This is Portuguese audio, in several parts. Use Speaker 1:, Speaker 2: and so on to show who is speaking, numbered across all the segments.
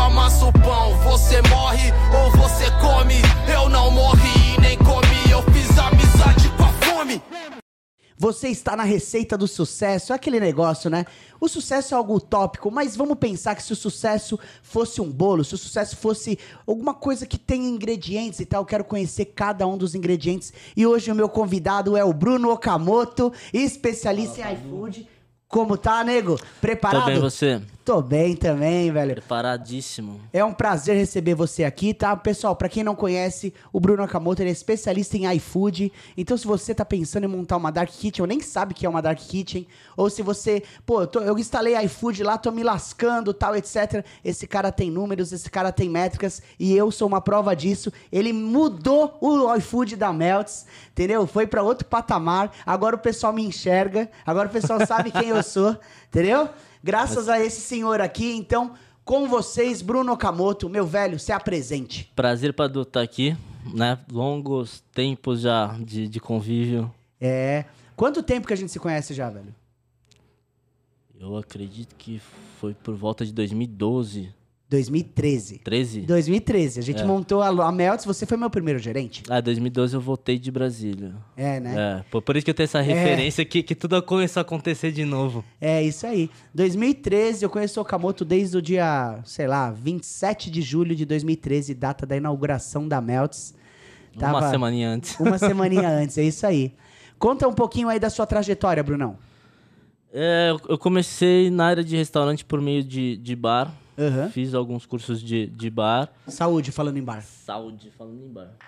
Speaker 1: amassa o pão. Você morre ou você come. Eu não morri e nem comi. Eu fiz amizade com a fome.
Speaker 2: Você está na receita do sucesso, é aquele negócio, né? O sucesso é algo utópico, mas vamos pensar que se o sucesso fosse um bolo, se o sucesso fosse alguma coisa que tem ingredientes e tal, eu quero conhecer cada um dos ingredientes. E hoje o meu convidado é o Bruno Okamoto, especialista em iFood. Como tá, nego? Preparado?
Speaker 3: Tô bem, você?
Speaker 2: Tô bem também, velho.
Speaker 3: Preparadíssimo.
Speaker 2: É um prazer receber você aqui, tá? Pessoal, pra quem não conhece, o Bruno Okamoto, ele é especialista em iFood. Então, se você tá pensando em montar uma Dark Kitchen, ou nem sabe o que é uma Dark Kitchen, ou se você, pô, eu instalei iFood lá, tô me lascando, tal, etc. Esse cara tem números, esse cara tem métricas, e eu sou uma prova disso. Ele mudou o iFood da Melts, entendeu? Foi pra outro patamar. Agora o pessoal me enxerga, agora o pessoal sabe quem eu sou, entendeu? Graças a esse senhor aqui, então, com vocês, Bruno Okamoto, meu velho, se apresente.
Speaker 3: Prazer pra estar aqui, né? Longos tempos já de convívio.
Speaker 2: É. Quanto tempo que a gente se conhece já, velho?
Speaker 3: Eu acredito que foi por volta de 2012.
Speaker 2: 2013.
Speaker 3: 13?
Speaker 2: 2013. A gente montou a Melts, você foi meu primeiro gerente?
Speaker 3: 2012 eu voltei de Brasília.
Speaker 2: É, né?
Speaker 3: Por isso que eu tenho essa referência que tudo começou a acontecer de novo.
Speaker 2: É, isso aí. 2013, eu conheço o Okamoto desde o dia, sei lá, 27 de julho de 2013, data da inauguração da Melts.
Speaker 3: Uma semaninha antes.
Speaker 2: Uma semaninha antes, é isso aí. Conta um pouquinho aí da sua trajetória, Brunão.
Speaker 3: Eu comecei na área de restaurante por meio de bar.
Speaker 2: Uhum.
Speaker 3: Fiz alguns cursos de bar.
Speaker 2: Saúde, falando em bar.
Speaker 3: Saúde, falando em bar.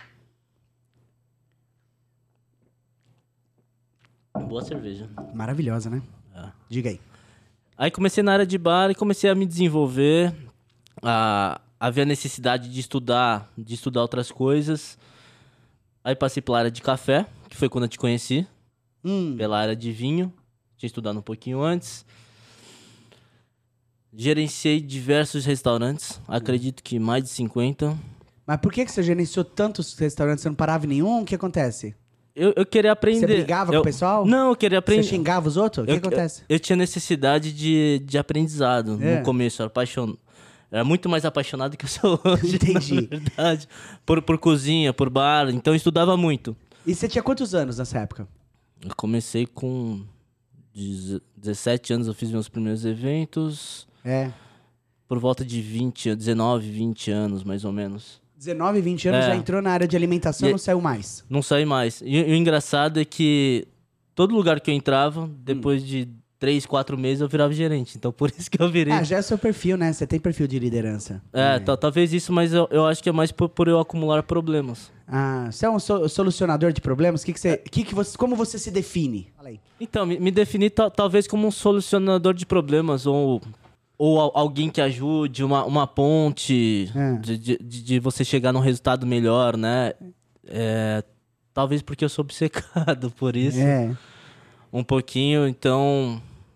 Speaker 3: Boa cerveja.
Speaker 2: Maravilhosa, né? Diga aí.
Speaker 3: Aí comecei na área de bar e comecei a me desenvolver, a ver a necessidade de estudar outras coisas. Aí passei pela área de café, que foi quando eu te conheci. Pela área de vinho, tinha estudado um pouquinho antes. Gerenciei diversos restaurantes, acredito que mais de 50.
Speaker 2: Mas por que você gerenciou tantos restaurantes, você não parava em nenhum? O que acontece?
Speaker 3: Eu queria aprender.
Speaker 2: Você brigava com o pessoal?
Speaker 3: Não, eu queria aprender.
Speaker 2: Você xingava os outros? O que acontece?
Speaker 3: Eu tinha necessidade de aprendizado no começo, eu era muito mais apaixonado que eu sou hoje.
Speaker 2: Entendi.
Speaker 3: Na verdade, por cozinha, por bar, então eu estudava muito.
Speaker 2: E você tinha quantos anos nessa época?
Speaker 3: Eu comecei com 17 anos, eu fiz meus primeiros eventos. Por volta de 19, 20 anos, mais ou menos.
Speaker 2: 19, 20 anos já entrou na área de alimentação e não saiu mais.
Speaker 3: Não saí mais. E o engraçado é que todo lugar que eu entrava, depois de 3, 4 meses, eu virava gerente. Então, por isso que eu virei.
Speaker 2: Já é o seu perfil, né? Você tem perfil de liderança.
Speaker 3: Talvez isso, mas eu acho que é mais por eu acumular problemas.
Speaker 2: Você é um solucionador de problemas? Como você se define? Fala aí.
Speaker 3: Então, me defini talvez como um solucionador de problemas ou alguém que ajude, uma ponte de você chegar num resultado melhor, né? Talvez porque eu sou obcecado por isso. Um pouquinho, então...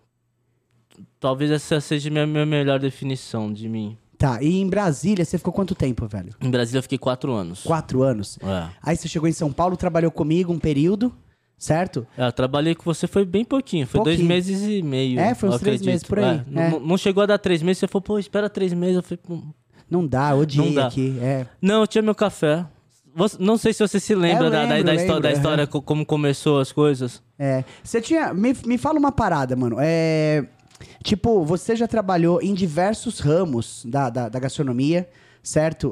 Speaker 3: Talvez essa seja a minha melhor definição de mim.
Speaker 2: Tá, e em Brasília você ficou quanto tempo, velho?
Speaker 3: Em Brasília eu fiquei 4 anos.
Speaker 2: 4 anos? Aí você chegou em São Paulo, trabalhou comigo um período... Certo?
Speaker 3: Eu trabalhei com você, foi bem pouquinho. Foi 2 meses e meio.
Speaker 2: Foi uns 3 meses por aí.
Speaker 3: Não chegou a dar 3 meses, você falou, espera 3 meses. Eu falei,
Speaker 2: não dá, odiei aqui.
Speaker 3: Não, eu tinha meu café. Não sei se você se lembra da história, como começou as coisas.
Speaker 2: Você tinha... Me fala uma parada, mano. Tipo, você já trabalhou em diversos ramos da gastronomia, certo?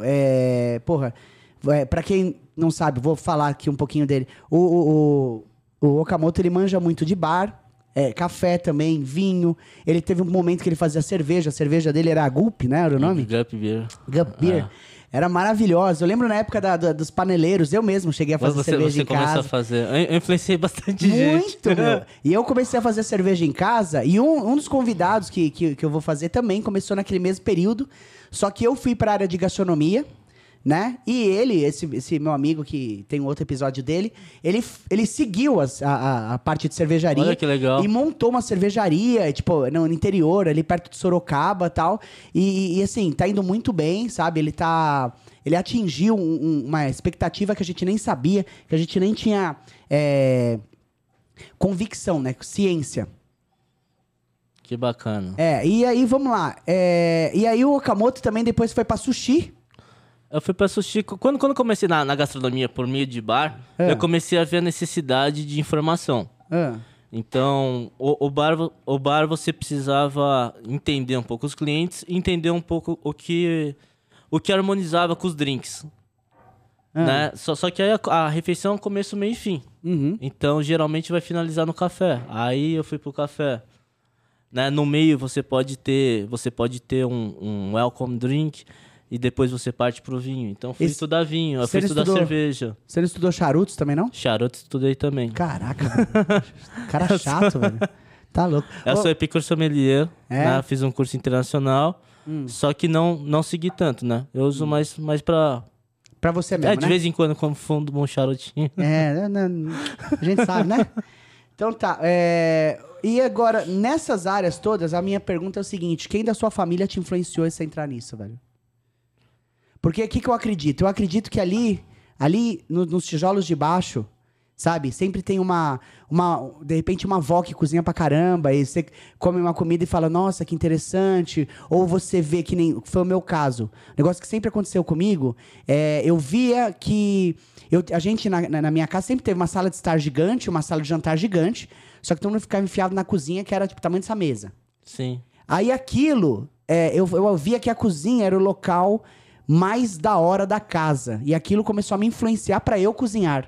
Speaker 2: Pra quem não sabe, vou falar aqui um pouquinho dele. O Okamoto, ele manja muito de bar, café também, vinho. Ele teve um momento que ele fazia cerveja. A cerveja dele era a Gulp, né? Era o nome?
Speaker 3: Gup Beer.
Speaker 2: Gup Beer. Era maravilhosa. Eu lembro na época dos paneleiros, eu mesmo cheguei a fazer cerveja em casa. Você começou a
Speaker 3: fazer. Eu influenciei bastante gente.
Speaker 2: Muito, meu. E eu comecei a fazer cerveja em casa. E um dos convidados que eu vou fazer também começou naquele mesmo período. Só que eu fui para a área de gastronomia, né? E ele, esse meu amigo que tem um outro episódio dele, ele seguiu a parte de cervejaria.
Speaker 3: Olha que legal.
Speaker 2: E montou uma cervejaria, tipo, no interior, ali perto de Sorocaba e tal. E assim, tá indo muito bem, sabe? Ele atingiu uma expectativa que a gente nem sabia, que a gente nem tinha convicção, né? Ciência.
Speaker 3: Que bacana.
Speaker 2: E aí, vamos lá. E aí o Okamoto também depois foi pra sushi.
Speaker 3: Eu fui pra sushi. Quando eu comecei na gastronomia por meio de bar, eu comecei a ver a necessidade de informação. Então, o bar você precisava entender um pouco os clientes, entender um pouco o que harmonizava com os drinks. Né? Só que aí a refeição é um começo, meio e fim. Então, geralmente vai finalizar no café. Aí eu fui pro café. Né? No meio você pode ter um welcome drink e depois você parte pro vinho. Então fui estudar vinho, eu fui estudar cerveja.
Speaker 2: Você não estudou charutos também, não?
Speaker 3: Charutos estudei também.
Speaker 2: Caraca, velho. Cara chato, velho. Tá louco.
Speaker 3: Eu sou epicure sommelier, né? Fiz um curso internacional, só que não segui tanto, né? Eu uso mais pra
Speaker 2: você mesmo, né?
Speaker 3: De vez em quando como fundo um charutinho.
Speaker 2: A gente sabe, né? Então tá, e agora, nessas áreas todas, a minha pergunta é o seguinte: quem da sua família te influenciou a entrar nisso, velho? Porque o que eu acredito? Eu acredito que ali nos tijolos de baixo, sabe? Sempre tem de repente uma avó que cozinha pra caramba, e você come uma comida e fala, nossa, que interessante. Ou você vê, que nem foi o meu caso. Um negócio que sempre aconteceu comigo, eu via que a gente, na minha casa, sempre teve uma sala de estar gigante, uma sala de jantar gigante, só que todo mundo ficava enfiado na cozinha, que era tipo o tamanho dessa mesa.
Speaker 3: Sim.
Speaker 2: Aí aquilo, eu via que a cozinha era o local mais da hora da casa. E aquilo começou a me influenciar pra eu cozinhar.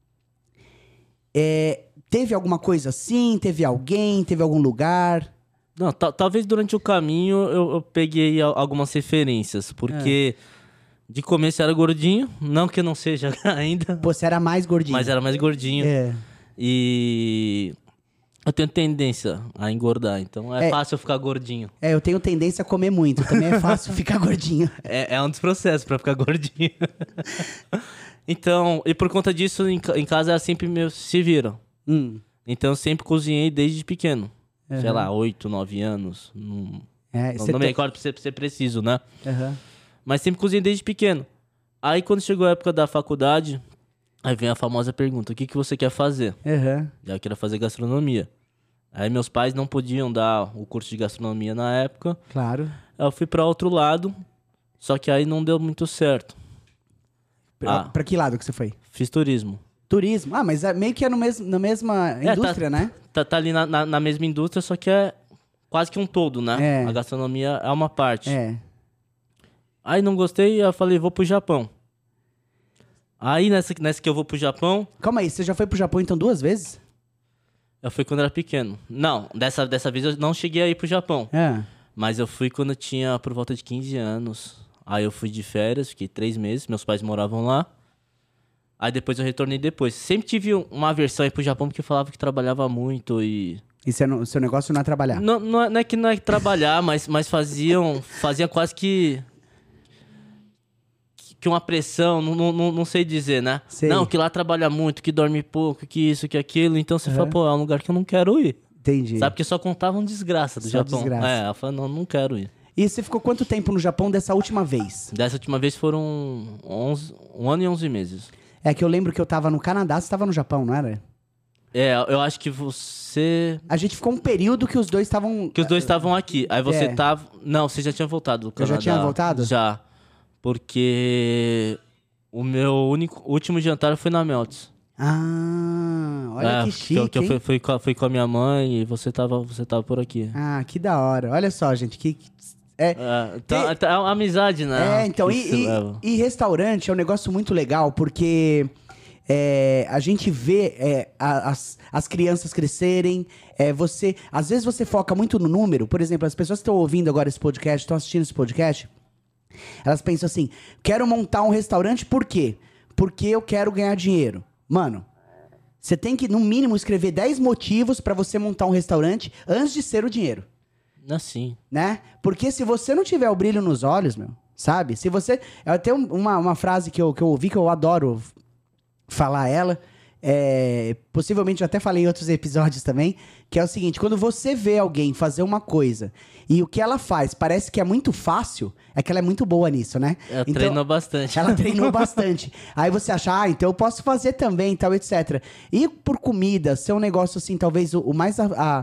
Speaker 2: Teve alguma coisa assim? Teve alguém? Teve algum lugar?
Speaker 3: Não, talvez durante o caminho eu peguei algumas referências, porque de começo era gordinho, não que eu não seja ainda.
Speaker 2: Pô, você era mais gordinho.
Speaker 3: Mas era mais gordinho. E eu tenho tendência a engordar, então é fácil eu ficar gordinho.
Speaker 2: Eu tenho tendência a comer muito, também é fácil ficar gordinho.
Speaker 3: É um dos processos pra ficar gordinho. Então, e por conta disso, em casa era sempre se viram. Então eu sempre cozinhei desde pequeno. Sei lá, 8, 9 anos. Não me recordo pra ser preciso, né? Mas sempre cozinhei desde pequeno. Aí quando chegou a época da faculdade, aí vem a famosa pergunta, o que você quer fazer? Eu queria fazer gastronomia. Aí meus pais não podiam dar o curso de gastronomia na época.
Speaker 2: Claro.
Speaker 3: Eu fui pra outro lado, só que aí não deu muito certo.
Speaker 2: Pra que lado que você foi?
Speaker 3: Fiz turismo.
Speaker 2: Turismo? Mas meio que é na mesma indústria, né?
Speaker 3: Tá ali na mesma indústria, só que é quase que um todo, né? A gastronomia é uma parte. Aí não gostei, eu falei, vou pro Japão. Aí nessa que eu vou pro Japão...
Speaker 2: Calma aí, você já foi pro Japão então 2 vezes?
Speaker 3: Eu fui quando era pequeno. Não, dessa vez eu não cheguei a ir pro Japão. Mas eu fui quando eu tinha por volta de 15 anos. Aí eu fui de férias, fiquei 3 meses, meus pais moravam lá. Aí depois eu retornei depois. Sempre tive uma aversão aí pro Japão, porque eu falava que trabalhava muito e... E
Speaker 2: seu negócio não é trabalhar?
Speaker 3: Não é que trabalhar, mas faziam quase que uma pressão, não sei dizer, né?
Speaker 2: Sei.
Speaker 3: Não, que lá trabalha muito, que dorme pouco, que isso, que aquilo. Então você fala, pô, é um lugar que eu não quero ir.
Speaker 2: Entendi.
Speaker 3: Sabe, porque só contavam desgraça do Japão.
Speaker 2: Desgraça.
Speaker 3: Ela falou, não quero ir.
Speaker 2: E você ficou quanto tempo no Japão dessa última vez?
Speaker 3: Dessa última vez foram 1 ano e 11 meses.
Speaker 2: É que eu lembro que eu tava no Canadá, você tava no Japão, não era?
Speaker 3: Eu acho que você...
Speaker 2: A gente ficou um período que os dois estavam...
Speaker 3: Que os dois estavam aqui. Aí você tava... Não, você já tinha voltado do Canadá.
Speaker 2: Eu já tinha voltado?
Speaker 3: Já. Porque o meu último jantar foi na Melts.
Speaker 2: Olha que chique,
Speaker 3: que eu fui com a minha mãe e você tava por aqui.
Speaker 2: Que da hora. Olha só, gente,
Speaker 3: é uma amizade, né?
Speaker 2: Então, e restaurante é um negócio muito legal, porque a gente vê as crianças crescerem, às vezes você foca muito no número. Por exemplo, as pessoas que estão ouvindo agora esse podcast, estão assistindo esse podcast, elas pensam assim, quero montar um restaurante, por quê? Porque eu quero ganhar dinheiro. Mano, você tem que, no mínimo, escrever 10 motivos pra você montar um restaurante antes de ser o dinheiro.
Speaker 3: Assim.
Speaker 2: Né? Porque se você não tiver o brilho nos olhos, sabe? Se você... Tem uma frase que eu ouvi, que eu adoro falar ela, possivelmente eu até falei em outros episódios também, que é o seguinte, quando você vê alguém fazer uma coisa e o que ela faz parece que é muito fácil, é que ela é muito boa nisso, né?
Speaker 3: Ela treinou bastante.
Speaker 2: Ela treinou bastante. Aí você acha, então eu posso fazer também, tal, etc. E por comida, ser um negócio assim, talvez o mais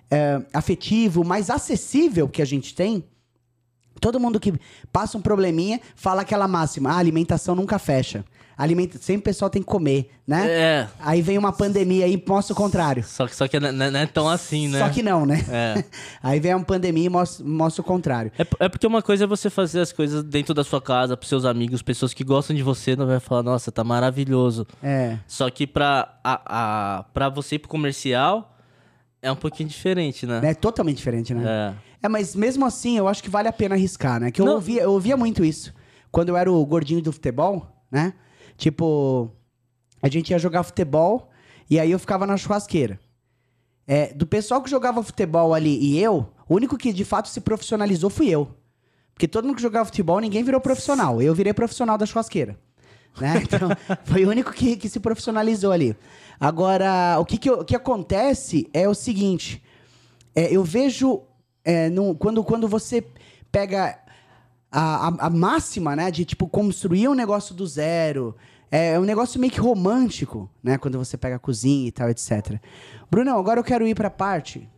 Speaker 2: afetivo, mais acessível que a gente tem, todo mundo que passa um probleminha fala aquela máxima, a alimentação nunca fecha. Sempre o pessoal tem que comer, né? Aí vem uma pandemia e mostra o contrário.
Speaker 3: Só que não é tão assim, né?
Speaker 2: Só que não, né? Aí vem uma pandemia e mostra o contrário.
Speaker 3: É porque uma coisa é você fazer as coisas dentro da sua casa, pros seus amigos, pessoas que gostam de você, não vai falar, nossa, tá maravilhoso. Só que pra você ir pro comercial, é um pouquinho diferente, né?
Speaker 2: É totalmente diferente, né? Mas mesmo assim, eu acho que vale a pena arriscar, né? Que eu ouvia muito isso. Quando eu era o gordinho do futebol, né? Tipo, a gente ia jogar futebol e aí eu ficava na churrasqueira. Do pessoal que jogava futebol ali e o único que de fato se profissionalizou fui eu. Porque todo mundo que jogava futebol, ninguém virou profissional. Eu virei profissional da churrasqueira. Né? Então, foi o único que se profissionalizou ali. Agora, o que acontece é o seguinte. Eu vejo, quando você pega a máxima, né, de tipo construir um negócio do zero, é um negócio meio que romântico, né, quando você pega a cozinha e tal, etc. Brunão, agora eu quero ir pra parte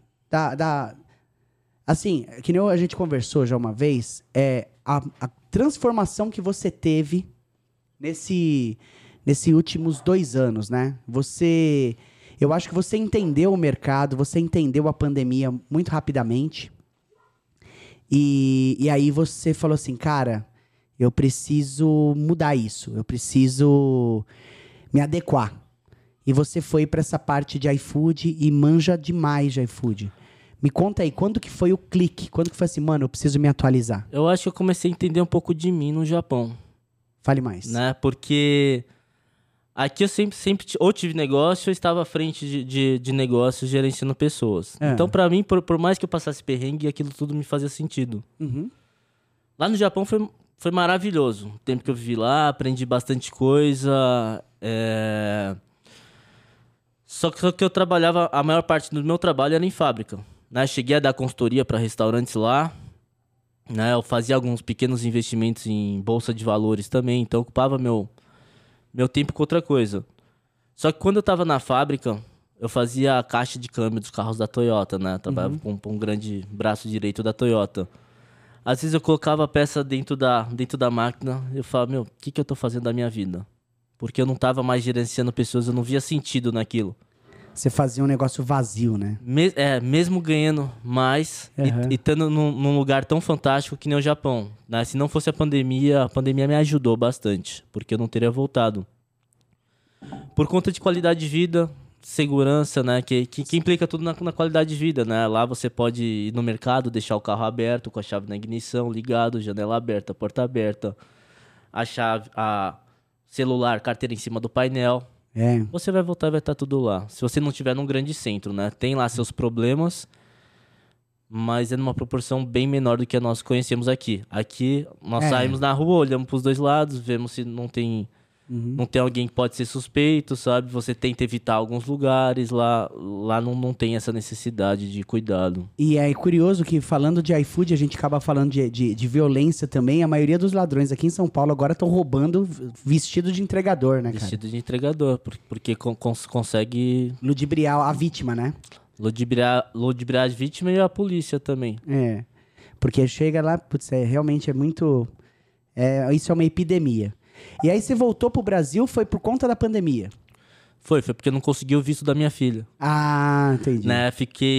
Speaker 2: assim, que nem a gente conversou já uma vez, a transformação que você teve nesses últimos 2 anos, né? Eu acho que você entendeu o mercado, você entendeu a pandemia muito rapidamente. E aí você falou assim, cara, eu preciso mudar isso, eu preciso me adequar. E você foi para essa parte de iFood e manja demais de iFood. Me conta aí, quando que foi o clique? Quando que foi assim, mano, eu preciso me atualizar?
Speaker 3: Eu acho que eu comecei a entender um pouco de mim no Japão.
Speaker 2: Fale mais.
Speaker 3: Né? Porque aqui eu sempre ou tive negócio ou estava à frente de negócios gerenciando pessoas. Então, pra mim, por mais que eu passasse perrengue, aquilo tudo me fazia sentido. Lá no Japão foi maravilhoso. O tempo que eu vivi lá, aprendi bastante coisa. Só que eu trabalhava, a maior parte do meu trabalho era em fábrica. Né? Cheguei a dar consultoria para restaurantes lá. Né? Eu fazia alguns pequenos investimentos em bolsa de valores também. Então, ocupava meu tempo com outra coisa. Só que quando eu tava na fábrica, eu fazia a caixa de câmbio dos carros da Toyota, né? Trabalhava com um grande braço direito da Toyota. Às vezes eu colocava a peça dentro da máquina e eu falava, meu, o que eu tô fazendo da minha vida? Porque eu não tava mais gerenciando pessoas, eu não via sentido naquilo.
Speaker 2: Você fazia um negócio vazio, né?
Speaker 3: Mesmo ganhando mais e estando num lugar tão fantástico que nem o Japão. Né? Se não fosse a pandemia me ajudou bastante, porque eu não teria voltado. Por conta de qualidade de vida, segurança, né? Que implica tudo na qualidade de vida, né? Lá você pode ir no mercado, deixar o carro aberto, com a chave na ignição, ligado, janela aberta, porta aberta, a celular, carteira em cima do painel. Você vai voltar e vai estar tudo lá. Se você não estiver num grande centro, né? Tem lá seus problemas, mas é numa proporção bem menor do que nós conhecemos aqui. Aqui, nós saímos na rua, olhamos para os dois lados, vemos se não tem alguém que pode ser suspeito, sabe? Você tenta evitar alguns lugares, lá não tem essa necessidade de cuidado.
Speaker 2: E é curioso que, falando de iFood, a gente acaba falando de violência também. A maioria dos ladrões aqui em São Paulo agora estão roubando vestido de entregador, né, cara?
Speaker 3: Vestido de entregador, porque consegue...
Speaker 2: ludibriar a vítima, né?
Speaker 3: Ludibriar a vítima e a polícia também.
Speaker 2: Porque chega lá, putz, realmente é muito... isso é uma epidemia. E aí você voltou pro Brasil, foi por conta da pandemia?
Speaker 3: Foi porque eu não consegui o visto da minha filha.
Speaker 2: Ah, entendi.
Speaker 3: Né?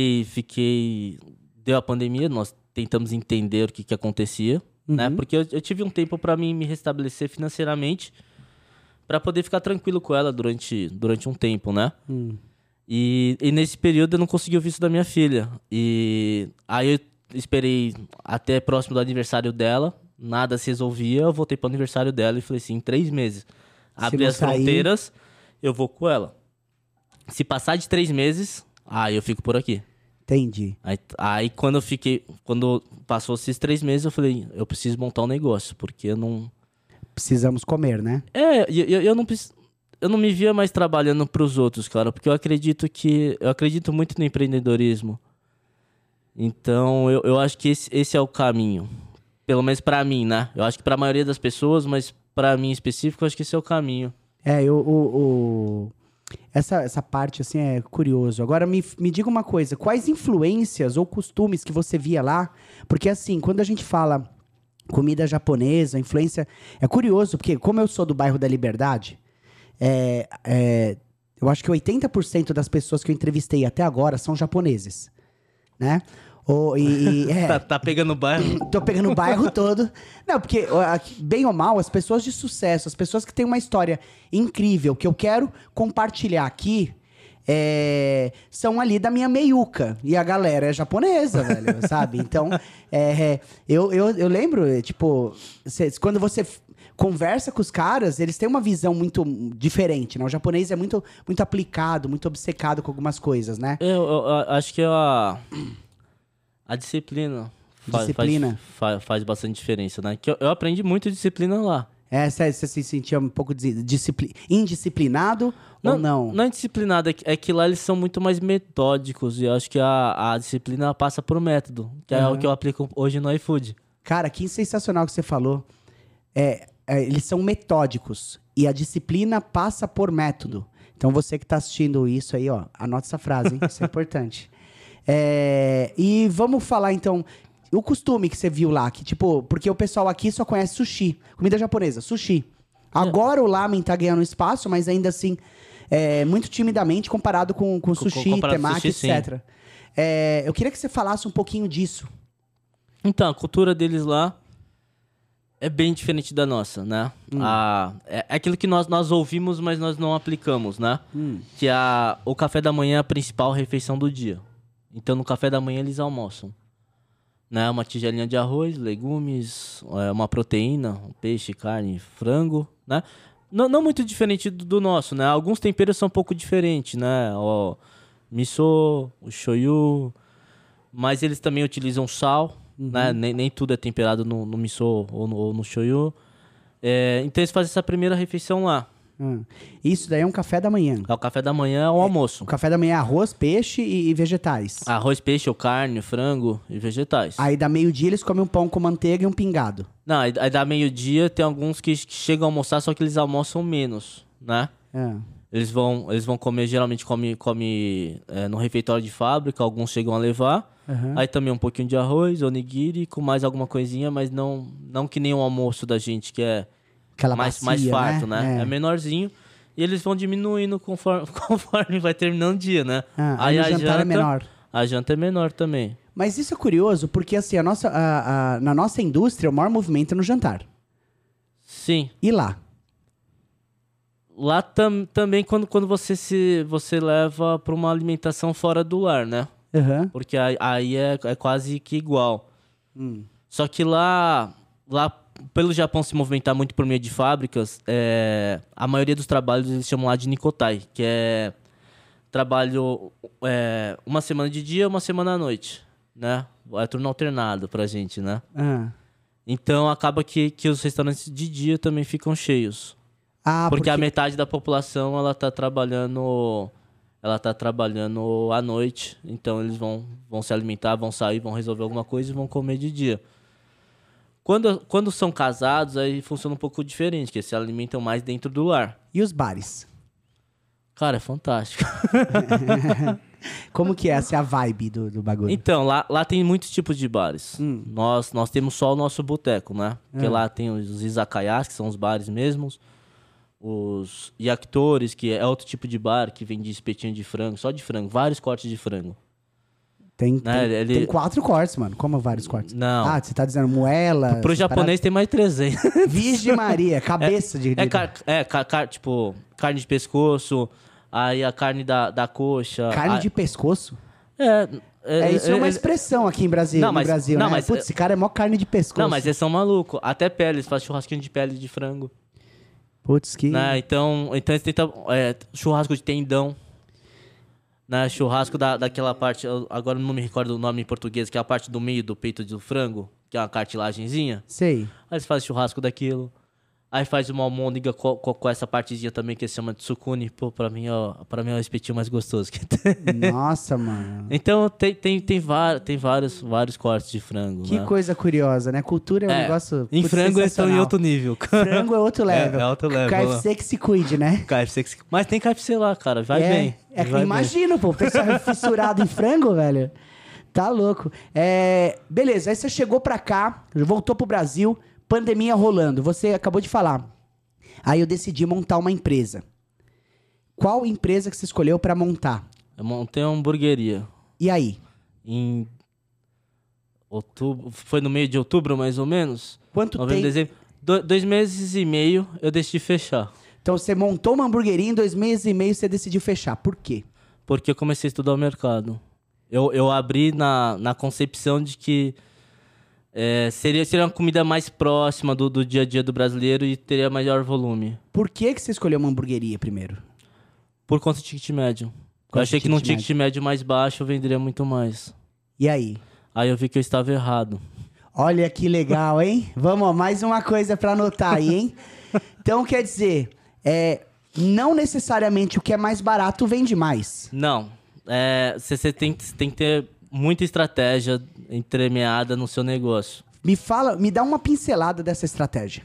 Speaker 3: Deu a pandemia, nós tentamos entender o que acontecia, né? Porque eu tive um tempo para mim me restabelecer financeiramente, para poder ficar tranquilo com ela durante um tempo, né? E nesse período eu não consegui o visto da minha filha. E aí eu esperei até próximo do aniversário dela, nada se resolvia, eu voltei pro aniversário dela e falei assim, em 3 meses, abri as fronteiras, eu vou com ela. Se passar de 3 meses, eu fico por aqui.
Speaker 2: Entendi.
Speaker 3: Aí quando passou esses 3 meses, eu falei, eu preciso montar um negócio, porque eu não...
Speaker 2: Precisamos comer, né?
Speaker 3: Eu não me via mais trabalhando pros outros, cara, porque eu acredito muito no empreendedorismo. Então, eu acho que esse é o caminho. Pelo menos pra mim, né? Eu acho que pra maioria das pessoas, mas pra mim em específico, eu acho que esse é o caminho.
Speaker 2: Essa parte, assim, é curioso. Agora, me diga uma coisa. Quais influências ou costumes que você via lá? Porque, assim, quando a gente fala comida japonesa, influência... É curioso, porque como eu sou do bairro da Liberdade, eu acho que 80% das pessoas que eu entrevistei até agora são japoneses, né?
Speaker 3: Tá pegando o bairro?
Speaker 2: Tô pegando o bairro todo. Não, porque, bem ou mal, as pessoas de sucesso, as pessoas que têm uma história incrível, que eu quero compartilhar aqui, são ali da minha meiuca. E a galera é japonesa, velho, sabe? Então, eu lembro, tipo, quando você conversa com os caras, eles têm uma visão muito diferente, né? O japonês é muito, muito aplicado, muito obcecado com algumas coisas, né?
Speaker 3: Eu acho que a disciplina faz bastante diferença, né? Que eu aprendi muito disciplina lá.
Speaker 2: Você se sentia um pouco indisciplinado ou não?
Speaker 3: Não é indisciplinado, é que lá eles são muito mais metódicos. E eu acho que a disciplina passa por método, que é o que eu aplico hoje no iFood.
Speaker 2: Cara, que sensacional que você falou. Eles são metódicos e a disciplina passa por método. Então você que tá assistindo isso aí, ó, anota essa frase, hein? Isso é importante. E vamos falar, então, o costume que você viu lá, que tipo, porque o pessoal aqui só conhece sushi, comida japonesa, sushi. Agora o lamen tá ganhando espaço, mas ainda assim, muito timidamente comparado com sushi, temaki, etc. Eu queria que você falasse um pouquinho disso.
Speaker 3: Então, a cultura deles lá é bem diferente da nossa, né? É aquilo que nós ouvimos, mas nós não aplicamos, né? Que o café da manhã é a principal refeição do dia. Então, no café da manhã, eles almoçam. Né? Uma tigelinha de arroz, legumes, uma proteína, peixe, carne, frango, né? Não muito diferente do nosso, né? Alguns temperos são um pouco diferentes, né? O miso, o shoyu, mas eles também utilizam sal, né? Nem tudo é temperado no miso ou no shoyu. Então, eles fazem essa primeira refeição lá.
Speaker 2: Isso daí é um café da manhã.
Speaker 3: O café da manhã é um almoço.
Speaker 2: O café da manhã é arroz, peixe e vegetais.
Speaker 3: Arroz, peixe ou carne, frango e vegetais.
Speaker 2: Aí da meio-dia eles comem um pão com manteiga e um pingado.
Speaker 3: Não, aí da meio-dia tem alguns que chegam a almoçar, só que eles almoçam menos, né? Eles vão comer, geralmente come no refeitório de fábrica, alguns chegam a levar. Aí também um pouquinho de arroz, onigiri, com mais alguma coisinha, mas não que nem o almoço da gente, que é
Speaker 2: aquela
Speaker 3: mais farto, né? É menorzinho. E eles vão diminuindo conforme vai terminando o dia, né?
Speaker 2: Aí a janta é menor.
Speaker 3: A janta é menor também.
Speaker 2: Mas isso é curioso, porque assim, na nossa indústria, o maior movimento é no jantar.
Speaker 3: Sim.
Speaker 2: E lá?
Speaker 3: Lá também quando você leva para uma alimentação fora do lar, né? Porque aí é quase que igual. Só que lá, pelo Japão se movimentar muito por meio de fábricas, a maioria dos trabalhos eles chamam lá de Nikotai, que é trabalho uma semana de dia, uma semana à noite, né? É turno alternado pra gente, né? Então acaba que os restaurantes de dia também ficam cheios. Porque a metade da população ela tá trabalhando à noite, então eles vão se alimentar, vão sair, vão resolver alguma coisa e vão comer de dia. Quando são casados, aí funciona um pouco diferente, que eles se alimentam mais dentro do lar.
Speaker 2: E os bares?
Speaker 3: Cara, é fantástico.
Speaker 2: Como que é essa a vibe do bagulho?
Speaker 3: Então, lá tem muitos tipos de bares. Nós temos só o nosso boteco, né? Porque lá tem os izakayas, que são os bares mesmos. Os yakitores, que é outro tipo de bar, que vende espetinho de frango, só de frango, vários cortes de frango.
Speaker 2: Tem 4 cortes, mano. Como vários cortes?
Speaker 3: Não.
Speaker 2: Você tá dizendo moela...
Speaker 3: Pro japonês tem mais 300.
Speaker 2: Virgem Maria, cabeça de...
Speaker 3: Tipo, carne de pescoço, aí a carne da coxa...
Speaker 2: Carne de pescoço?
Speaker 3: Isso
Speaker 2: é uma expressão aqui no Brasil, né? Putz, esse cara é mó carne de pescoço.
Speaker 3: Não, mas eles são malucos. Até pele, eles fazem churrasquinho de pele de frango.
Speaker 2: Putz, que...
Speaker 3: Né? Então eles tentam... churrasco de tendão. Né? Churrasco daquela parte... Agora não me recordo o nome em português, que é a parte do meio do peito do frango, que é uma cartilagenzinha.
Speaker 2: Sei.
Speaker 3: Aí eles fazem churrasco daquilo. Aí faz uma almôndega com essa partezinha também que se chama de tsukuni. Pô, pra mim é o espetinho mais gostoso que tem.
Speaker 2: Nossa, mano.
Speaker 3: Então tem vários cortes de frango,
Speaker 2: Que
Speaker 3: né?
Speaker 2: coisa curiosa, né? Cultura é um negócio
Speaker 3: Em frango eles estão em
Speaker 2: sensacional.
Speaker 3: outro nível.
Speaker 2: Frango é outro level.
Speaker 3: É outro level,
Speaker 2: KFC que se cuide, né?
Speaker 3: Mas tem KFC lá, cara. Vai bem.
Speaker 2: É que
Speaker 3: vai
Speaker 2: imagino, pô. O pessoal é fissurado em frango, velho. Tá louco. Beleza, aí você chegou pra cá, voltou pro Brasil, pandemia rolando. Você acabou de falar. Aí eu decidi montar uma empresa. Qual empresa que você escolheu pra montar?
Speaker 3: Eu montei uma hamburgueria.
Speaker 2: E aí?
Speaker 3: Em outubro. Foi no meio de outubro, mais ou menos?
Speaker 2: Quanto
Speaker 3: Novembro,
Speaker 2: tempo?
Speaker 3: dezembro. 2 meses e meio eu decidi fechar.
Speaker 2: Então você montou uma hamburgueria, em 2 meses e meio você decidiu fechar. Por quê?
Speaker 3: Porque eu comecei a estudar o mercado. Eu abri na concepção de que seria uma comida mais próxima do dia a dia do brasileiro e teria maior volume.
Speaker 2: Por que você escolheu uma hamburgueria primeiro?
Speaker 3: Por conta de ticket médio. Eu achei que num ticket médio mais baixo eu venderia muito mais.
Speaker 2: E aí?
Speaker 3: Aí eu vi que eu estava errado.
Speaker 2: Olha que legal, hein? Vamos, ó, mais uma coisa pra anotar aí, hein? Então, quer dizer, não necessariamente o que é mais barato vende mais.
Speaker 3: Não. Você tem que ter muita estratégia entremeada no seu negócio.
Speaker 2: Me dá uma pincelada dessa estratégia.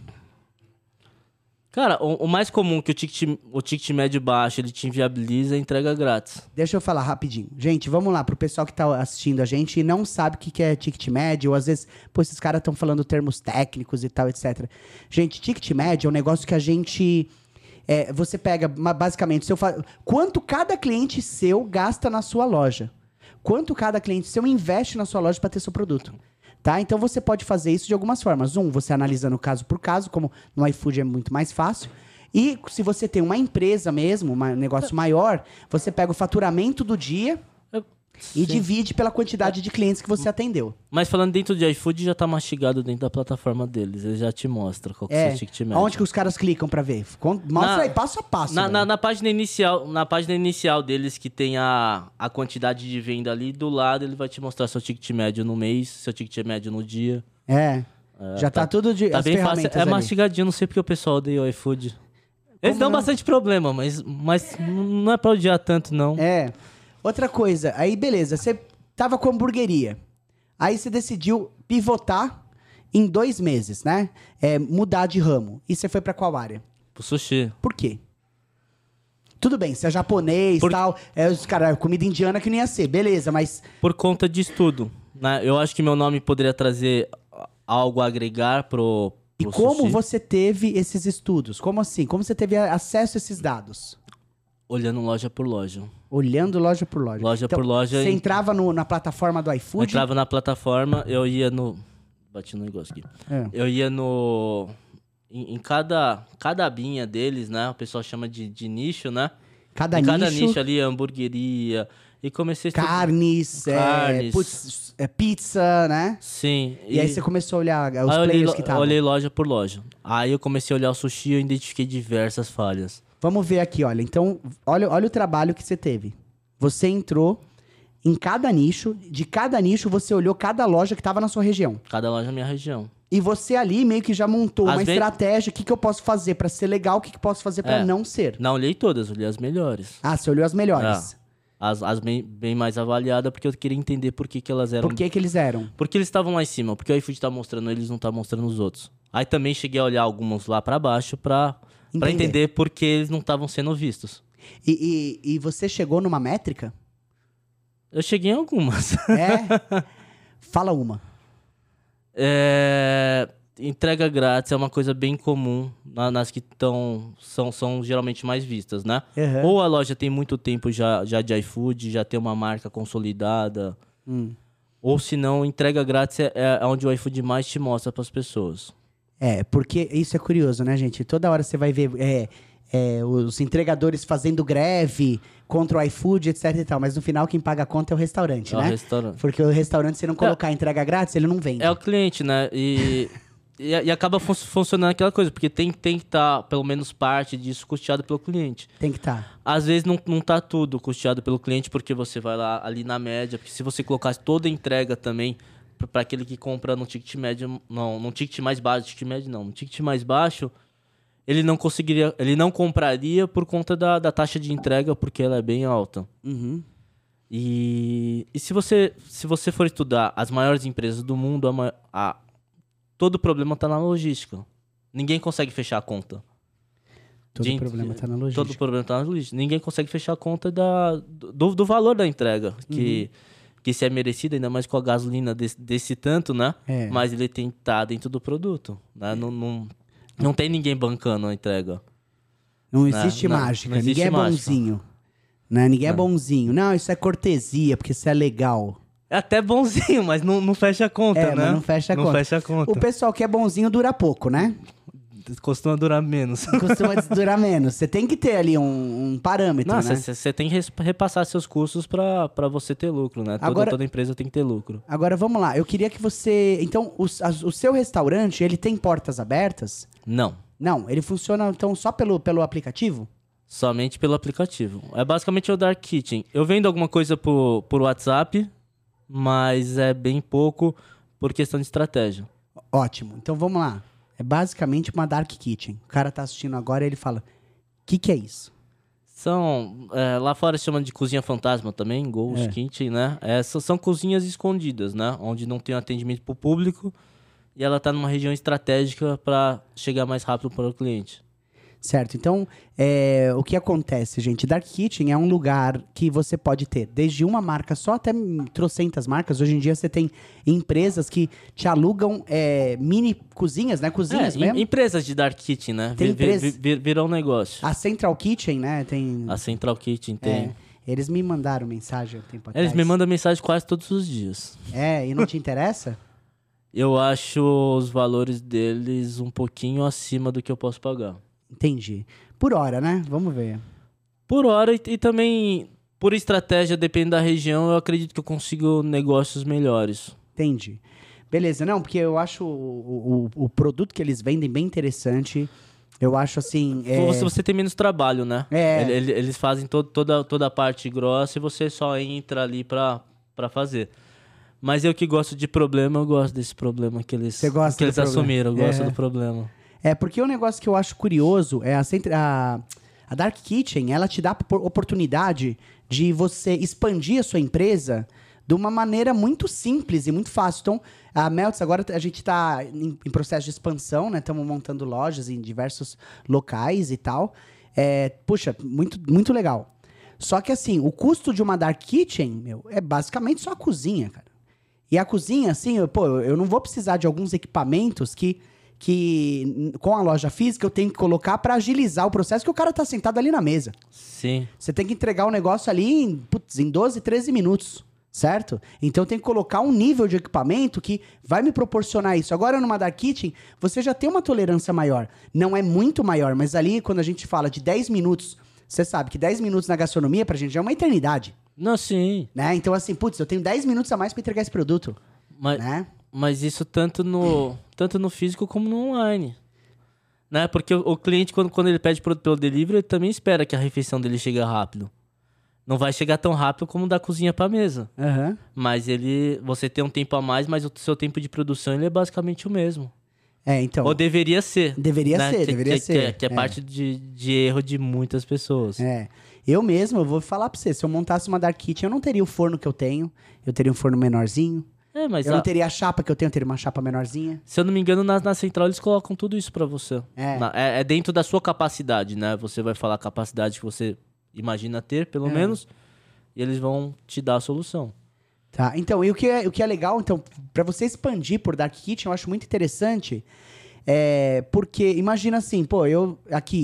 Speaker 3: Cara, o mais comum que o ticket médio baixo ele te inviabiliza é a entrega grátis.
Speaker 2: Deixa eu falar rapidinho. Gente, vamos lá, pro pessoal que tá assistindo a gente e não sabe o que é ticket médio, ou às vezes, pô, esses caras estão falando termos técnicos e tal, etc. Gente, ticket médio é um negócio que a gente... você pega, basicamente, quanto cada cliente seu gasta na sua loja. Quanto cada cliente seu investe na sua loja para ter seu produto. Tá? Então você pode fazer isso de algumas formas. Você analisando caso por caso, como no iFood é muito mais fácil. E se você tem uma empresa mesmo, um negócio maior, você pega o faturamento do dia e divide pela quantidade de clientes que você atendeu.
Speaker 3: Mas falando dentro de iFood, já tá mastigado dentro da plataforma deles. Ele já te mostra qual que é o seu ticket médio.
Speaker 2: Onde que os caras clicam pra ver? Mostra aí, passo a passo.
Speaker 3: Na página inicial deles, que tem a quantidade de venda ali, do lado ele vai te mostrar seu ticket médio no mês, seu ticket médio no dia.
Speaker 2: Já tá tudo de
Speaker 3: Tá
Speaker 2: as
Speaker 3: bem fácil.
Speaker 2: ferramentas ali.
Speaker 3: Mastigadinho, não sei porque o pessoal odeia o iFood. Eles dão bastante problema, mas não é pra odiar tanto, não.
Speaker 2: Outra coisa, aí beleza, você tava com hamburgueria. Aí você decidiu pivotar em 2 meses, né? Mudar de ramo. E você foi pra qual área?
Speaker 3: Pro sushi.
Speaker 2: Por quê? Tudo bem, você é japonês e tal. Os caras, comida indiana que não ia ser, beleza, mas...
Speaker 3: Por conta de estudo, né? Eu acho que meu nome poderia trazer algo a agregar pro
Speaker 2: E como
Speaker 3: sushi.
Speaker 2: você teve esses estudos? Como assim? Como você teve acesso a esses dados?
Speaker 3: Olhando loja por loja.
Speaker 2: Olhando loja por loja.
Speaker 3: Loja por loja.
Speaker 2: Você entrava na plataforma do iFood?
Speaker 3: Entrava na plataforma, eu ia no... Bati no negócio aqui. Eu ia no... Em cada abinha deles, né? O pessoal chama de nicho, né?
Speaker 2: Cada
Speaker 3: nicho ali, hamburgueria. E comecei a estudar...
Speaker 2: Carnes. Pizza, né?
Speaker 3: Sim.
Speaker 2: E aí você começou a olhar os players que estavam.
Speaker 3: Olhei loja por loja. Aí eu comecei a olhar o sushi e eu identifiquei diversas falhas.
Speaker 2: Vamos ver aqui, olha. Então, olha o trabalho que você teve. Você entrou em cada nicho. De cada nicho, você olhou cada loja que estava na sua região.
Speaker 3: Cada loja na minha região.
Speaker 2: E você ali meio que já montou uma estratégia. O que eu posso fazer pra ser legal? O que eu posso fazer pra não ser?
Speaker 3: Não olhei todas, olhei as melhores.
Speaker 2: Ah, você olhou as melhores.
Speaker 3: As bem mais avaliadas, porque eu queria entender por que elas eram...
Speaker 2: Por que eles eram?
Speaker 3: Porque eles estavam lá em cima. Porque o iFood tá mostrando eles, não tá mostrando os outros. Aí também cheguei a olhar alguns lá pra baixo pra entender por que eles não estavam sendo vistos.
Speaker 2: E você chegou numa métrica?
Speaker 3: Eu cheguei em algumas.
Speaker 2: Fala uma.
Speaker 3: Entrega grátis é uma coisa bem comum nas que são geralmente mais vistas, né?
Speaker 2: Uhum.
Speaker 3: Ou a loja tem muito tempo já de iFood, já tem uma marca consolidada. Ou se não, entrega grátis é onde o iFood mais te mostra para as pessoas.
Speaker 2: Porque isso é curioso, né, gente? Toda hora você vai ver os entregadores fazendo greve contra o iFood, etc e tal. Mas no final, quem paga a conta é o restaurante, né?
Speaker 3: É o restaurante.
Speaker 2: Porque o restaurante, se não colocar entrega grátis, ele não vende.
Speaker 3: É o cliente, né? E acaba funcionando aquela coisa, porque tem que estar, pelo menos parte disso, custeado pelo cliente.
Speaker 2: Tem que estar.
Speaker 3: Às vezes não tá tudo custeado pelo cliente, porque você vai lá ali na média, porque se você colocasse toda a entrega também para aquele que compra no ticket médio, não, no ticket mais baixo, no ticket mais baixo, ele não conseguiria, ele não compraria por conta da taxa de entrega, porque ela é bem alta.
Speaker 2: Uhum.
Speaker 3: E se você for estudar as maiores empresas do mundo, todo o problema está na logística. Ninguém consegue fechar a conta.
Speaker 2: Todo problema está na logística.
Speaker 3: Todo problema está na logística. Ninguém consegue fechar a conta do valor da entrega, que se é merecido, ainda mais com a gasolina desse tanto, né?
Speaker 2: É.
Speaker 3: Mas ele tem que estar dentro do produto, né? Não tem ninguém bancando a entrega.
Speaker 2: Não existe mágica,
Speaker 3: não existe
Speaker 2: ninguém é
Speaker 3: mágica.
Speaker 2: bonzinho. Né? Ninguém é bonzinho. Não, isso é cortesia, porque isso é legal.
Speaker 3: É até bonzinho, mas não fecha a conta, né?
Speaker 2: Mas não fecha a conta.
Speaker 3: Não fecha a conta.
Speaker 2: O pessoal que é bonzinho dura pouco, né?
Speaker 3: Costuma durar menos.
Speaker 2: Costuma durar menos. Você tem que ter ali um parâmetro,
Speaker 3: Não,
Speaker 2: né?
Speaker 3: você tem que repassar seus custos pra você ter lucro, né? Toda empresa tem que ter lucro.
Speaker 2: Agora, vamos lá. Eu queria que você... Então, o seu restaurante, ele tem portas abertas?
Speaker 3: Não.
Speaker 2: Não, ele funciona, então, só pelo aplicativo?
Speaker 3: Somente pelo aplicativo. É basicamente o Dark Kitchen. Eu vendo alguma coisa por WhatsApp, mas é bem pouco por questão de estratégia.
Speaker 2: Ótimo. Então, vamos lá. É basicamente uma Dark Kitchen. O cara tá assistindo agora e ele fala, o que é isso?
Speaker 3: Lá fora se chama de cozinha fantasma também, Ghost Kitchen, né? São cozinhas escondidas, né? Onde não tem atendimento pro público e ela tá numa região estratégica para chegar mais rápido para o cliente.
Speaker 2: Certo, então o que acontece, gente? Dark Kitchen é um lugar que você pode ter desde uma marca só até trocentas marcas. Hoje em dia você tem empresas que te alugam mini cozinhas, né? Cozinhas mesmo.
Speaker 3: Empresas de Dark Kitchen, né? Virou um negócio.
Speaker 2: A Central Kitchen, né?
Speaker 3: A Central Kitchen tem.
Speaker 2: Eles me mandaram mensagem há um tempo atrás.
Speaker 3: Eles me mandam mensagem quase todos os dias.
Speaker 2: E não te interessa?
Speaker 3: Eu acho os valores deles um pouquinho acima do que eu posso pagar.
Speaker 2: Entendi. Por hora, né? Vamos ver.
Speaker 3: Por hora e também por estratégia, depende da região, eu acredito que eu consigo negócios melhores.
Speaker 2: Entendi. Beleza, não, porque eu acho o produto que eles vendem bem interessante. Eu acho assim...
Speaker 3: Você tem menos trabalho, né? Eles fazem toda a parte grossa e você só entra ali pra fazer. Mas eu que gosto de problema, eu gosto desse problema que eles assumiram. Eu gosto do problema.
Speaker 2: Porque o negócio que eu acho curioso é a Dark Kitchen, ela te dá a oportunidade de você expandir a sua empresa de uma maneira muito simples e muito fácil. Então, a Melts, agora a gente está em processo de expansão, né? Estamos montando lojas em diversos locais e tal. Puxa, muito, muito legal. Só que assim, o custo de uma Dark Kitchen, é basicamente só a cozinha, cara. E a cozinha, assim, eu não vou precisar de alguns equipamentos que com a loja física eu tenho que colocar para agilizar o processo, que o cara tá sentado ali na mesa.
Speaker 3: Sim.
Speaker 2: Você tem que entregar o negócio ali em 12, 13 minutos, certo? Então eu tenho que colocar um nível de equipamento que vai me proporcionar isso. Agora numa Dark Kitchen, você já tem uma tolerância maior. Não é muito maior, mas ali quando a gente fala de 10 minutos, você sabe que 10 minutos na gastronomia pra gente já é uma eternidade.
Speaker 3: Não, sim.
Speaker 2: Né? Então assim, eu tenho 10 minutos a mais pra entregar esse produto.
Speaker 3: Mas isso tanto no físico como no online. Né? Porque o cliente, quando ele pede pelo delivery, ele também espera que a refeição dele chegue rápido. Não vai chegar tão rápido como da cozinha pra mesa.
Speaker 2: Uhum.
Speaker 3: Mas você tem um tempo a mais, mas o seu tempo de produção ele é basicamente o mesmo.
Speaker 2: Então.
Speaker 3: Ou deveria ser.
Speaker 2: Deveria ser.
Speaker 3: Que é parte de erro de muitas pessoas.
Speaker 2: Eu mesmo, eu vou falar pra você, se eu montasse uma Dark Kitchen, eu não teria o forno que eu tenho. Eu teria um forno menorzinho.
Speaker 3: Mas
Speaker 2: eu não teria a chapa que eu tenho uma chapa menorzinha.
Speaker 3: Se eu não me engano, na central eles colocam tudo isso pra você. É dentro da sua capacidade, né? Você vai falar a capacidade que você imagina ter, pelo menos, e eles vão te dar a solução.
Speaker 2: Tá, então, e o que é legal, então, pra você expandir por Dark Kitchen, eu acho muito interessante, porque, imagina assim, eu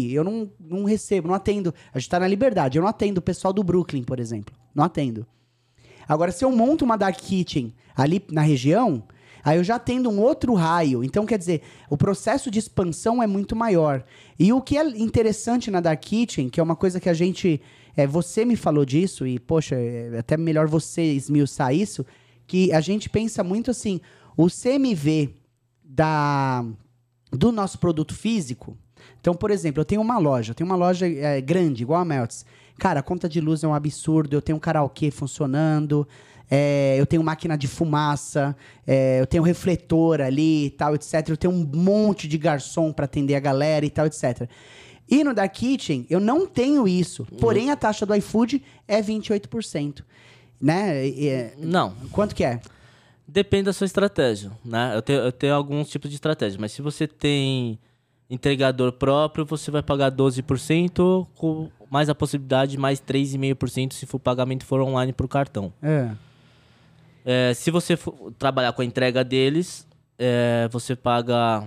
Speaker 2: não recebo, não atendo, a gente tá na Liberdade, eu não atendo o pessoal do Brooklyn, por exemplo, não atendo. Agora, se eu monto uma Dark Kitchen ali na região, aí eu já atendo um outro raio. Então, quer dizer, o processo de expansão é muito maior. E o que é interessante na Dark Kitchen, que é uma coisa que a gente... você me falou disso, e, poxa, é até melhor você esmiuçar isso, que a gente pensa muito assim, o CMV do nosso produto físico... Então, por exemplo, eu tenho uma loja grande, igual a Melts. Cara, a conta de luz é um absurdo, eu tenho um karaokê funcionando, eu tenho máquina de fumaça, eu tenho refletor ali e tal, etc. Eu tenho um monte de garçom pra atender a galera e tal, etc. E no Dark Kitchen, eu não tenho isso. Porém, a taxa do iFood é 28%. Né?
Speaker 3: Não.
Speaker 2: Quanto que é?
Speaker 3: Depende da sua estratégia, né? Eu tenho alguns tipos de estratégia, mas se você tem entregador próprio, você vai pagar 12%, com mais a possibilidade de mais 3,5% se o pagamento for online pro cartão. Se você for trabalhar com a entrega deles, você paga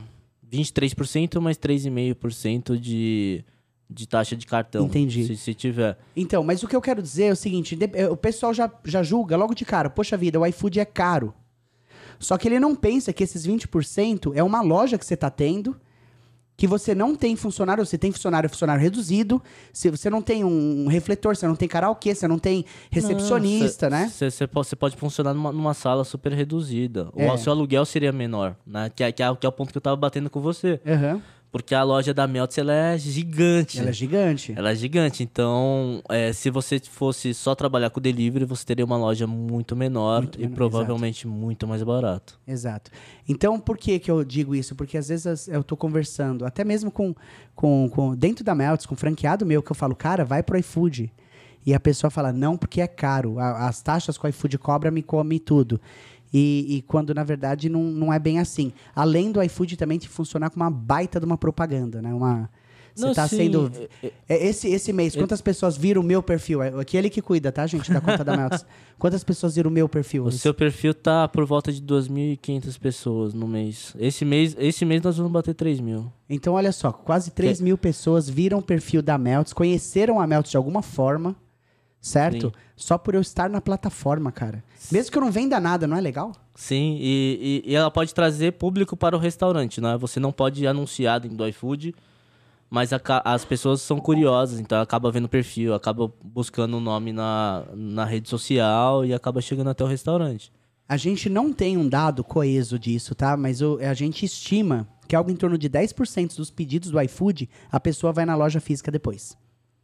Speaker 3: 23% mais 3,5% de taxa de cartão.
Speaker 2: Entendi.
Speaker 3: Se tiver.
Speaker 2: Então, mas o que eu quero dizer é o seguinte, o pessoal já julga logo de cara, poxa vida, o iFood é caro. Só que ele não pensa que esses 20% é uma loja que você tá tendo, que você não tem funcionário, você tem funcionário reduzido, se você não tem um refletor, você não tem karaokê, você não tem recepcionista, né?
Speaker 3: Você pode funcionar numa sala super reduzida. O seu aluguel seria menor, né? Que é o ponto que eu tava batendo com você. Porque a loja da Meltz, ela é gigante.
Speaker 2: Ela é gigante.
Speaker 3: Ela é gigante. Então, se você fosse só trabalhar com delivery, você teria uma loja muito menor provavelmente muito mais barato.
Speaker 2: Exato. Então, por que eu digo isso? Porque às vezes eu tô conversando, até mesmo com dentro da Meltz, com franqueado meu, que eu falo, cara, vai pro iFood. E a pessoa fala, não, porque é caro. As taxas que o iFood cobra me come tudo. E quando, na verdade, não é bem assim. Além do iFood também te funcionar como uma baita de uma propaganda, né? Você tá sendo... Esse mês, quantas pessoas viram o meu perfil? Aquele que cuida, tá, gente, da conta da Meltz. Quantas pessoas viram o meu perfil?
Speaker 3: O seu perfil tá por volta de 2.500 pessoas no mês. Esse mês nós vamos bater 3.000.
Speaker 2: Então, olha só, quase 3.000 pessoas viram o perfil da Meltz, conheceram a Meltz de alguma forma, certo? Sim. Só por eu estar na plataforma, cara. Mesmo que eu não venda nada, não é legal?
Speaker 3: Sim, e ela pode trazer público para o restaurante, né? Você não pode anunciar dentro do iFood, mas as pessoas são curiosas, então acaba vendo o perfil, acaba buscando o nome na rede social e acaba chegando até o restaurante.
Speaker 2: A gente não tem um dado coeso disso, tá? Mas a gente estima que algo em torno de 10% dos pedidos do iFood, a pessoa vai na loja física depois.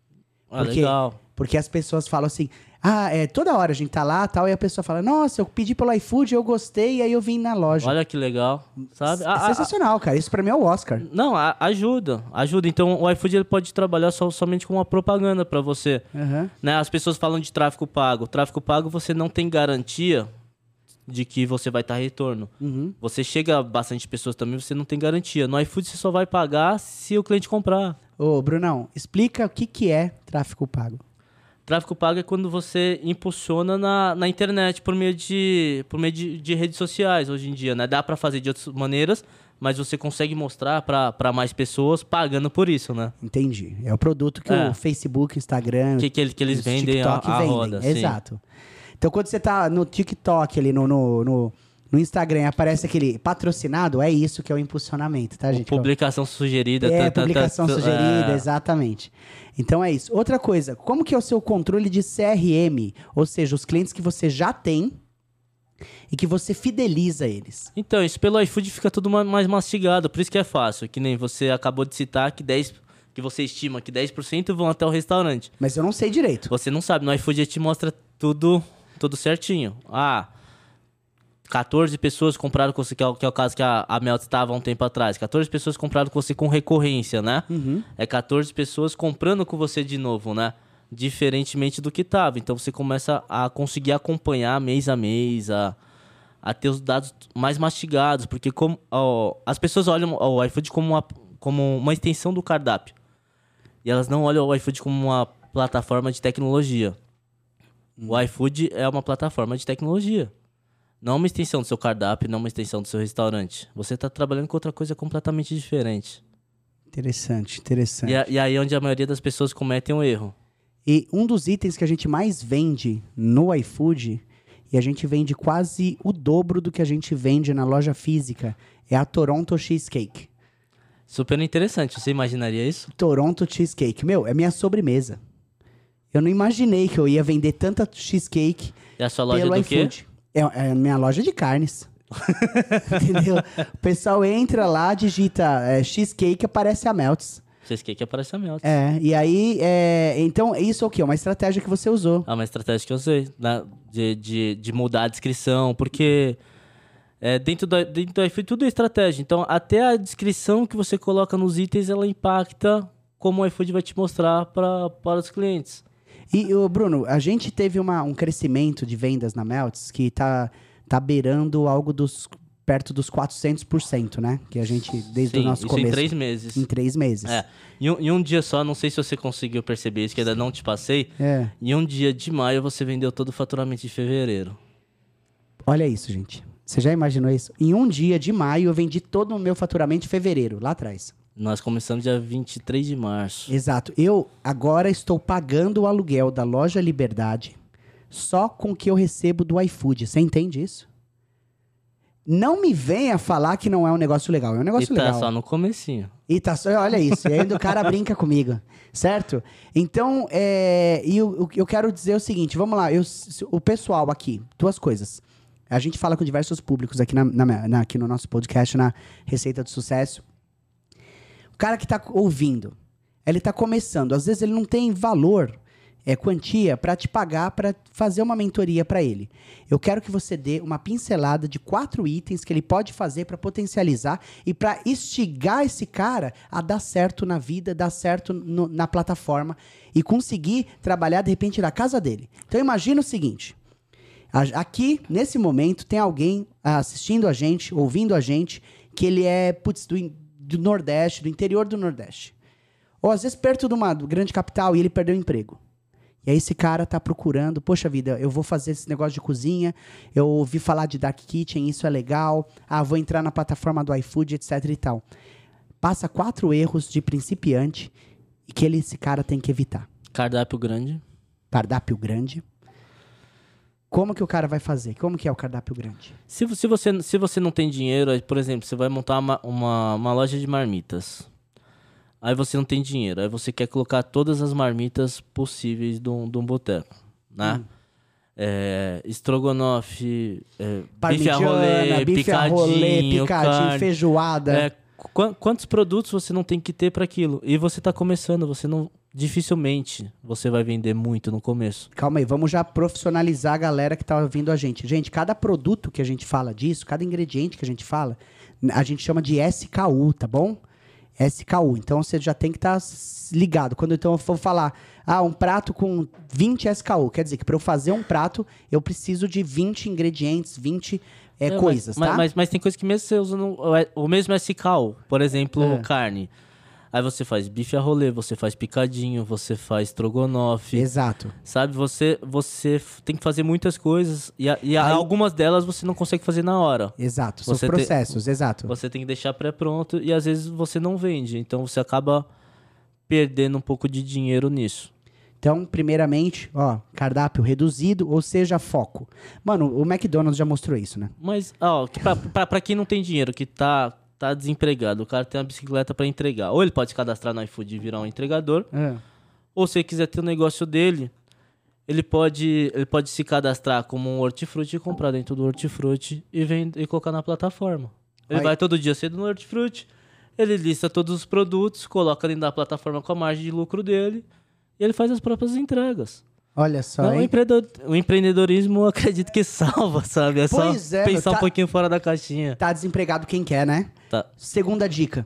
Speaker 3: Legal.
Speaker 2: Porque as pessoas falam assim, toda hora a gente tá lá e tal, e a pessoa fala, nossa, eu pedi pelo iFood, eu gostei, e aí eu vim na loja.
Speaker 3: Olha que legal, sabe?
Speaker 2: É sensacional, cara. Isso pra mim é o Oscar.
Speaker 3: Não, ajuda. Então o iFood ele pode trabalhar somente com uma propaganda pra você. Né? As pessoas falam de tráfego pago. Tráfego pago você não tem garantia de que você vai estar retorno. Você chega a bastante pessoas também, você não tem garantia. No iFood você só vai pagar se o cliente comprar.
Speaker 2: Ô, Brunão, explica o que é tráfego pago.
Speaker 3: Tráfego pago é quando você impulsiona na internet por meio de redes sociais hoje em dia, né? Dá pra fazer de outras maneiras, mas você consegue mostrar pra mais pessoas pagando por isso, né?
Speaker 2: Entendi. É o produto que o Facebook, Instagram...
Speaker 3: Que eles vendem
Speaker 2: TikTok
Speaker 3: a roda.
Speaker 2: Exato. Então, quando você tá no TikTok, ali no Instagram, aparece aquele patrocinado, é isso que é o impulsionamento, tá, gente?
Speaker 3: Publicação sugerida.
Speaker 2: Publicação sugerida, exatamente. Então é isso. Outra coisa, como que é o seu controle de CRM? Ou seja, os clientes que você já tem e que você fideliza eles.
Speaker 3: Então, isso pelo iFood fica tudo mais mastigado, por isso que é fácil. Que nem você acabou de citar que você estima que 10% vão até o restaurante.
Speaker 2: Mas eu não sei direito.
Speaker 3: Você não sabe, no iFood ele te mostra tudo certinho. 14 pessoas compraram com você, que é o caso que a Meltz estava há um tempo atrás. 14 pessoas compraram com você com recorrência, né? É 14 pessoas comprando com você de novo, né? Diferentemente do que estava. Então você começa a conseguir acompanhar mês a mês, a ter os dados mais mastigados. Porque as pessoas olham o iFood como uma extensão do cardápio. E elas não olham o iFood como uma plataforma de tecnologia. O iFood é uma plataforma de tecnologia. Não uma extensão do seu cardápio, não uma extensão do seu restaurante. Você está trabalhando com outra coisa completamente diferente.
Speaker 2: Interessante.
Speaker 3: E aí é onde a maioria das pessoas cometem um erro.
Speaker 2: E um dos itens que a gente mais vende no iFood, e a gente vende quase o dobro do que a gente vende na loja física, é a Toronto Cheesecake.
Speaker 3: Super interessante. Você imaginaria isso?
Speaker 2: Toronto Cheesecake. Meu, é minha sobremesa. Eu não imaginei que eu ia vender tanta cheesecake
Speaker 3: e a sua loja
Speaker 2: pelo
Speaker 3: do
Speaker 2: iFood.
Speaker 3: quê?
Speaker 2: É a minha loja de carnes. Entendeu? O pessoal entra lá, digita cheesecake, aparece a Meltz.
Speaker 3: Vocês querem que apareça Melts.
Speaker 2: E aí, então, isso é o quê? Uma estratégia que você usou.
Speaker 3: É uma estratégia que eu usei, né? De mudar a descrição, porque dentro do iFood tudo é estratégia. Então, até a descrição que você coloca nos itens, ela impacta como o iFood vai te mostrar para os clientes.
Speaker 2: E, Bruno, a gente teve um crescimento de vendas na Melts que tá beirando algo perto dos 400%, né? Que a gente, desde o nosso começo...
Speaker 3: em 3 meses.
Speaker 2: Em 3 meses.
Speaker 3: Em um dia só, não sei se você conseguiu perceber isso, que ainda não te passei. Em um dia de maio, você vendeu todo o faturamento de fevereiro.
Speaker 2: Olha isso, gente. Você já imaginou isso? Em um dia de maio, eu vendi todo o meu faturamento de fevereiro, lá atrás.
Speaker 3: Nós começamos dia 23 de março.
Speaker 2: Exato. Eu agora estou pagando o aluguel da loja Liberdade só com o que eu recebo do iFood. Você entende isso? Não me venha falar que não é um negócio legal. É um negócio legal.
Speaker 3: E tá só no comecinho.
Speaker 2: E tá só, olha isso. E ainda o cara brinca comigo. Certo? Então, eu quero dizer o seguinte. Vamos lá. O pessoal aqui, 2 coisas. A gente fala com diversos públicos aqui, aqui no nosso podcast, na Receita do Sucesso. O cara que tá ouvindo, ele tá começando. Às vezes ele não tem valor, quantia, para te pagar, para fazer uma mentoria para ele. Eu quero que você dê uma pincelada de 4 itens que ele pode fazer para potencializar e para instigar esse cara a dar certo na vida, dar certo na plataforma e conseguir trabalhar, de repente, da casa dele. Então, imagina o seguinte. Aqui, nesse momento, tem alguém assistindo a gente, ouvindo a gente, que ele é do Nordeste, do interior do Nordeste. Ou às vezes perto de uma grande capital e ele perdeu o emprego. E aí esse cara tá procurando, poxa vida, eu vou fazer esse negócio de cozinha, eu ouvi falar de Dark Kitchen, isso é legal, vou entrar na plataforma do iFood, etc e tal. Passa 4 erros de principiante e que esse cara tem que evitar.
Speaker 3: Cardápio grande.
Speaker 2: Cardápio grande. Como que o cara vai fazer? Como que é o cardápio grande?
Speaker 3: Se você não tem dinheiro, por exemplo, você vai montar uma loja de marmitas. Aí você não tem dinheiro. Aí você quer colocar todas as marmitas possíveis de um boteco, né? Estrogonofe, bife a rolê, picadinho, carne,
Speaker 2: feijoada.
Speaker 3: Quantos produtos você não tem que ter para aquilo? E você tá começando, dificilmente você vai vender muito no começo.
Speaker 2: Calma aí, vamos já profissionalizar a galera que tá ouvindo a gente. Gente, cada produto que a gente fala disso, cada ingrediente que a gente fala, a gente chama de SKU, tá bom? SKU. Então você já tem que estar ligado. Quando então eu for falar, um prato com 20 SKU, quer dizer que para eu fazer um prato, eu preciso de 20 ingredientes, 20 coisas, tá?
Speaker 3: Mas tem coisa que mesmo você usa o mesmo SKU, por exemplo, carne. Aí você faz bife a rolê, você faz picadinho, você faz estrogonofe.
Speaker 2: Exato.
Speaker 3: Sabe, você tem que fazer muitas coisas e algumas delas você não consegue fazer na hora.
Speaker 2: Exato, são processos, exato.
Speaker 3: Você tem que deixar pré-pronto e às vezes você não vende. Então você acaba perdendo um pouco de dinheiro nisso.
Speaker 2: Então, primeiramente, cardápio reduzido, ou seja, foco. Mano, o McDonald's já mostrou isso, né?
Speaker 3: Mas, pra quem não tem dinheiro, que tá desempregado, o cara tem uma bicicleta pra entregar. Ou ele pode se cadastrar no iFood e virar um entregador, ou se ele quiser ter o negócio dele, ele pode se cadastrar como um hortifruti e comprar dentro do hortifruti e colocar na plataforma. Ele vai todo dia cedo no hortifruti, ele lista todos os produtos, coloca dentro da plataforma com a margem de lucro dele e ele faz as próprias entregas.
Speaker 2: Olha só, hein?
Speaker 3: O empreendedorismo, eu acredito que salva, sabe? É só pensar um pouquinho fora da caixinha.
Speaker 2: Tá desempregado quem quer, né?
Speaker 3: Tá.
Speaker 2: Segunda dica.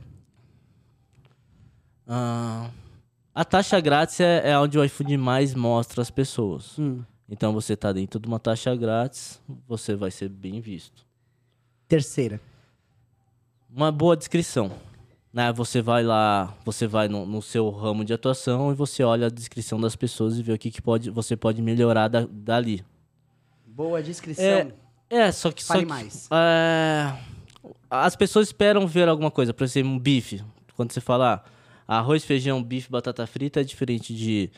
Speaker 3: A taxa grátis é onde o iFood mais mostra as pessoas. Então, você tá dentro de uma taxa grátis, você vai ser bem visto.
Speaker 2: Terceira.
Speaker 3: Uma boa descrição. Né? Você vai lá, você vai no seu ramo de atuação e você olha a descrição das pessoas e vê o que você pode melhorar dali.
Speaker 2: Boa descrição.
Speaker 3: Só que...
Speaker 2: Fale mais.
Speaker 3: As pessoas esperam ver alguma coisa. Por exemplo, um bife. Quando você fala arroz, feijão, bife, batata frita, é diferente de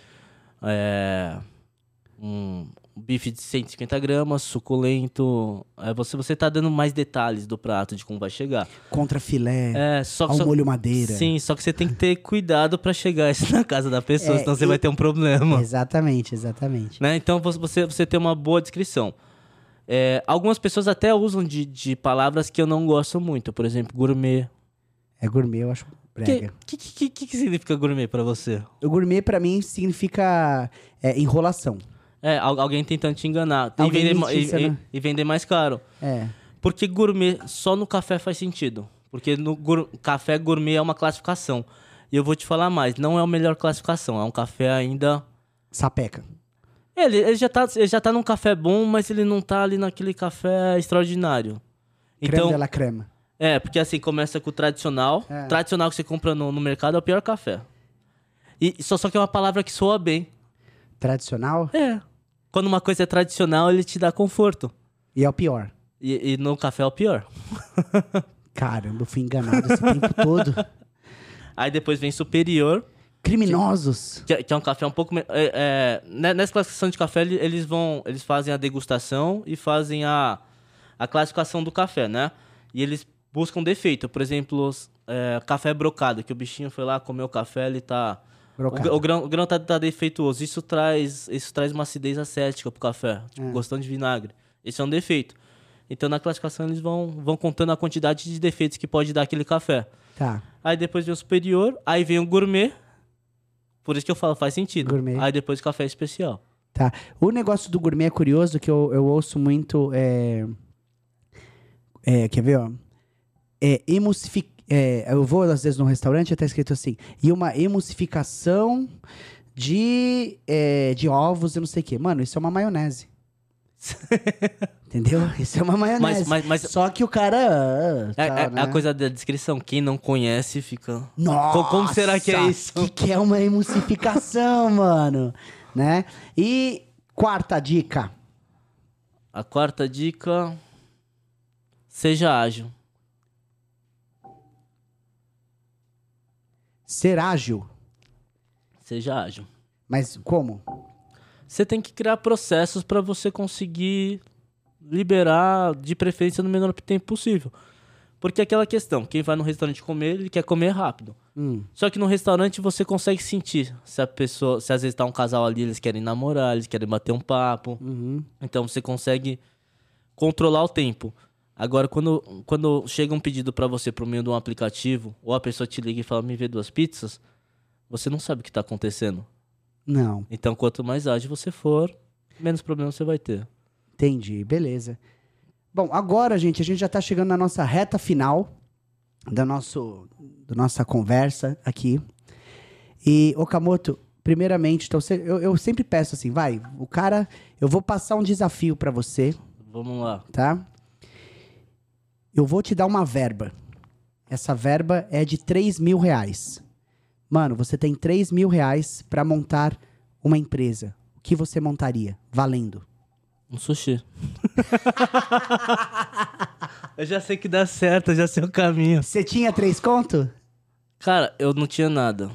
Speaker 3: um bife de 150 gramas, suculento. Você tá dando mais detalhes do prato, de como vai chegar.
Speaker 2: Contra filé,
Speaker 3: ao
Speaker 2: molho madeira.
Speaker 3: Sim, só que você tem que ter cuidado pra chegar isso na casa da pessoa, senão você vai ter um problema.
Speaker 2: Exatamente.
Speaker 3: Né? Então, você tem uma boa descrição. Algumas pessoas até usam de palavras que eu não gosto muito. Por exemplo, gourmet.
Speaker 2: É gourmet, eu acho brega.
Speaker 3: O que significa gourmet pra você?
Speaker 2: O gourmet, pra mim, significa enrolação.
Speaker 3: Alguém tentando te enganar. E vender mais caro.
Speaker 2: É.
Speaker 3: Porque gourmet só no café faz sentido. Porque no café gourmet é uma classificação. E eu vou te falar mais, não é a melhor classificação. É um café ainda...
Speaker 2: Sapeca.
Speaker 3: Ele já tá num café bom, mas ele não tá ali naquele café extraordinário.
Speaker 2: Creme de la crema.
Speaker 3: Porque assim, começa com o tradicional. Tradicional que você compra no mercado é o pior café. E só que é uma palavra que soa bem.
Speaker 2: Tradicional?
Speaker 3: Quando uma coisa é tradicional, ele te dá conforto.
Speaker 2: E é o pior.
Speaker 3: E no café é o pior.
Speaker 2: Caramba, eu fui enganado esse tempo todo.
Speaker 3: Aí depois vem superior.
Speaker 2: Criminosos.
Speaker 3: Que é um café um pouco... nessa classificação de café, eles fazem a degustação e fazem a classificação do café, né? E eles buscam defeito. Por exemplo, café brocado, que o bichinho foi lá, comeu o café, ele tá... O grão tá defeituoso. Isso traz uma acidez acética pro café, tipo, gostando de vinagre. Esse é um defeito. Então, na classificação, eles vão contando a quantidade de defeitos que pode dar aquele café.
Speaker 2: Tá.
Speaker 3: Aí depois vem o superior, aí vem o gourmet. Por isso que eu falo, faz sentido. Gourmet. Aí depois o café especial.
Speaker 2: Tá. O negócio do gourmet é curioso, que eu ouço muito... quer ver, ó? Eu vou, às vezes, num restaurante e tá escrito assim, e uma emulsificação de ovos e não sei o quê. Mano, isso é uma maionese. Entendeu? Isso é uma maionese.
Speaker 3: Mas
Speaker 2: só que o cara...
Speaker 3: né? A coisa da descrição. Quem não conhece fica...
Speaker 2: Nossa!
Speaker 3: Como será que é isso?
Speaker 2: Que é uma emulsificação, mano. Né? E quarta dica.
Speaker 3: A quarta dica... Seja ágil.
Speaker 2: Ser ágil?
Speaker 3: Seja ágil.
Speaker 2: Mas como?
Speaker 3: Você tem que criar processos para você conseguir liberar, de preferência, no menor tempo possível. Porque é aquela questão, quem vai no restaurante comer, ele quer comer rápido. Só que no restaurante você consegue sentir se às vezes tá um casal ali, eles querem namorar, eles querem bater um papo. Então você consegue controlar o tempo. Agora, quando chega um pedido para você por meio de um aplicativo, ou a pessoa te liga e fala, me vê 2 pizzas, você não sabe o que tá acontecendo.
Speaker 2: Não.
Speaker 3: Então, quanto mais ágil você for, menos problema você vai ter.
Speaker 2: Entendi, beleza. Bom, agora, gente, a gente já tá chegando na nossa reta final da nossa conversa aqui. E, Okamoto, primeiramente, então, eu sempre peço assim, eu vou passar um desafio pra você.
Speaker 3: Vamos lá.
Speaker 2: Tá? Eu vou te dar uma verba. Essa verba é de R$3.000. Mano, você tem R$3.000 pra montar uma empresa. O que você montaria? Valendo.
Speaker 3: Um sushi. Eu já sei que dá certo, eu já sei o caminho.
Speaker 2: Você tinha 3 conto?
Speaker 3: Cara, eu não tinha nada.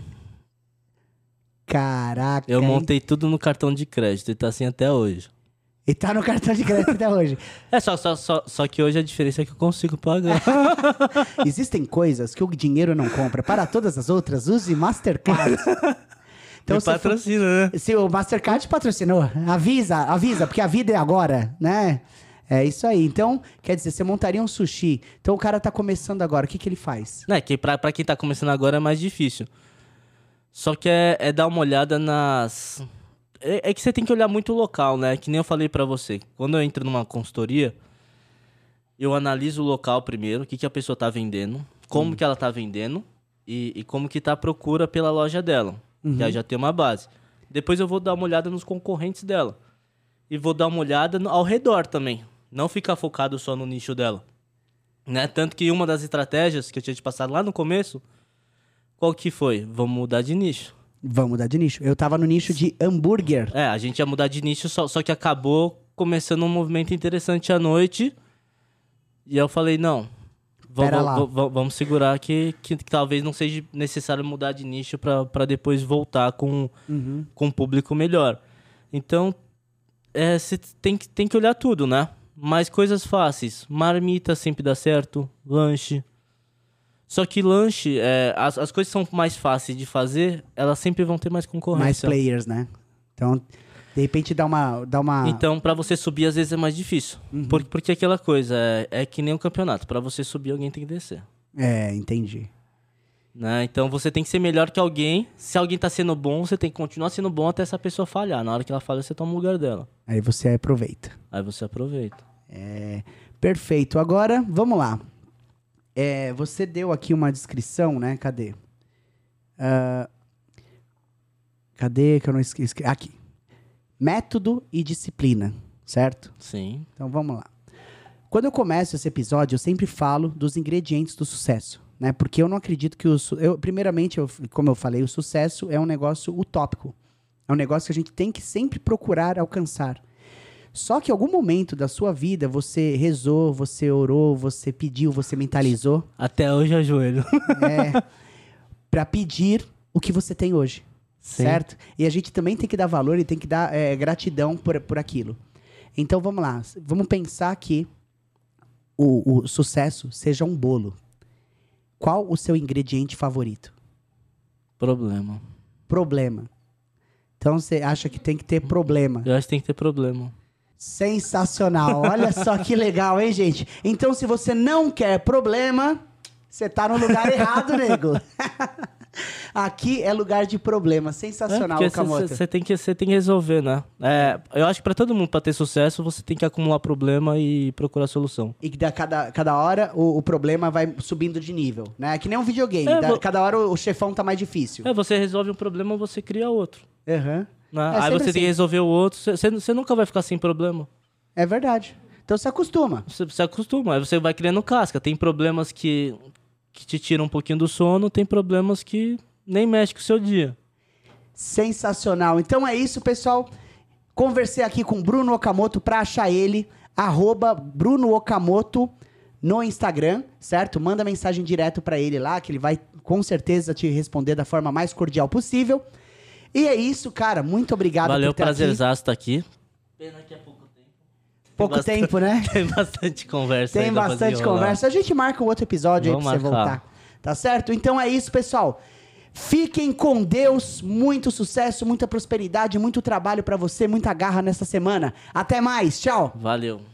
Speaker 2: Caraca.
Speaker 3: Eu montei tudo no cartão de crédito e tá assim até hoje.
Speaker 2: E tá no cartão de crédito até hoje.
Speaker 3: Só que hoje a diferença é que eu consigo pagar.
Speaker 2: Existem coisas que o dinheiro não compra. Para todas as outras, use Mastercard.
Speaker 3: Então, patrocina, né?
Speaker 2: Se o Mastercard patrocinou, avisa, porque a vida é agora, né? É isso aí. Então, quer dizer, você montaria um sushi. Então, o cara tá começando agora. O que ele faz?
Speaker 3: Que pra quem tá começando agora é mais difícil. Só que é dar uma olhada nas... É que você tem que olhar muito o local, né? Que nem eu falei pra você. Quando eu entro numa consultoria, eu analiso o local primeiro, o que a pessoa tá vendendo, como que ela tá vendendo e como que tá a procura pela loja dela. Que aí já tem uma base. Depois eu vou dar uma olhada nos concorrentes dela. E vou dar uma olhada ao redor também. Não ficar focado só no nicho dela. Né? Tanto que uma das estratégias que eu tinha te passado lá no começo, qual que foi? Vamos mudar de nicho.
Speaker 2: Vamos mudar de nicho. Eu tava no nicho de hambúrguer.
Speaker 3: A gente ia mudar de nicho, só que acabou começando um movimento interessante à noite. E eu falei, não, vamos segurar que talvez não seja necessário mudar de nicho para depois voltar com um público melhor. Então, você tem que olhar tudo, né? Mas coisas fáceis. Marmita sempre dá certo, lanche... Só que lanche, as coisas são mais fáceis de fazer, elas sempre vão ter mais concorrência.
Speaker 2: Mais players, né? Então, de repente dá uma...
Speaker 3: Então, pra você subir, às vezes é mais difícil. Porque aquela coisa, é que nem um campeonato. Pra você subir, alguém tem que descer.
Speaker 2: Entendi.
Speaker 3: Né? Então você tem que ser melhor que alguém. Se alguém tá sendo bom, você tem que continuar sendo bom até essa pessoa falhar. Na hora que ela falha, você toma o lugar dela.
Speaker 2: Aí você aproveita. Perfeito. Agora, vamos lá. Você deu aqui uma descrição, né? Cadê? Cadê que eu não esqueci? Aqui. Método e disciplina, certo?
Speaker 3: Sim.
Speaker 2: Então vamos lá. Quando eu começo esse episódio, eu sempre falo dos ingredientes do sucesso, né? Porque eu não acredito que primeiramente, como eu falei, o sucesso é um negócio utópico. É um negócio que a gente tem que sempre procurar alcançar. Só que em algum momento da sua vida, você rezou, você orou, você pediu, você mentalizou.
Speaker 3: Até hoje eu ajoelho.
Speaker 2: Para pedir o que você tem hoje.
Speaker 3: Sim.
Speaker 2: Certo? E a gente também tem que dar valor e tem que dar gratidão por aquilo. Então vamos lá. Vamos pensar que o sucesso seja um bolo. Qual o seu ingrediente favorito? Problema. Então você acha que tem que ter problema?
Speaker 3: Eu acho que tem que ter problema.
Speaker 2: Sensacional. Olha só que legal, hein, gente? Então, se você não quer problema, você tá no lugar errado, nego. Aqui é lugar de problema. Sensacional, Okamoto.
Speaker 3: Você tem que resolver, né? Eu acho que pra todo mundo, pra ter sucesso, você tem que acumular problema e procurar solução.
Speaker 2: E que cada hora o problema vai subindo de nível, né? Que nem um videogame. Cada hora o chefão tá mais difícil.
Speaker 3: Você resolve um problema, você cria outro.
Speaker 2: Aham.
Speaker 3: Aí você tem que resolver o outro. Você nunca vai ficar sem problema.
Speaker 2: É verdade. Então você acostuma.
Speaker 3: Você acostuma. Aí você vai criando casca. Tem problemas que te tiram um pouquinho do sono. Tem problemas que nem mexem com o seu dia.
Speaker 2: Sensacional. Então é isso, pessoal. Conversei aqui com Bruno Okamoto para achar ele. @Bruno Okamoto no Instagram, certo? Manda mensagem direto para ele lá, que ele vai com certeza te responder da forma mais cordial possível. E é isso, cara. Muito obrigado
Speaker 3: por ter
Speaker 2: prazerzaço
Speaker 3: estar aqui. Pena que é pouco tempo.
Speaker 2: Pouco tempo, né?
Speaker 3: Tem bastante conversa.
Speaker 2: Tem bastante conversa. A gente marca um outro episódio aí pra você voltar. Tá certo? Então é isso, pessoal. Fiquem com Deus. Muito sucesso, muita prosperidade, muito trabalho pra você, muita garra nessa semana. Até mais. Tchau.
Speaker 3: Valeu.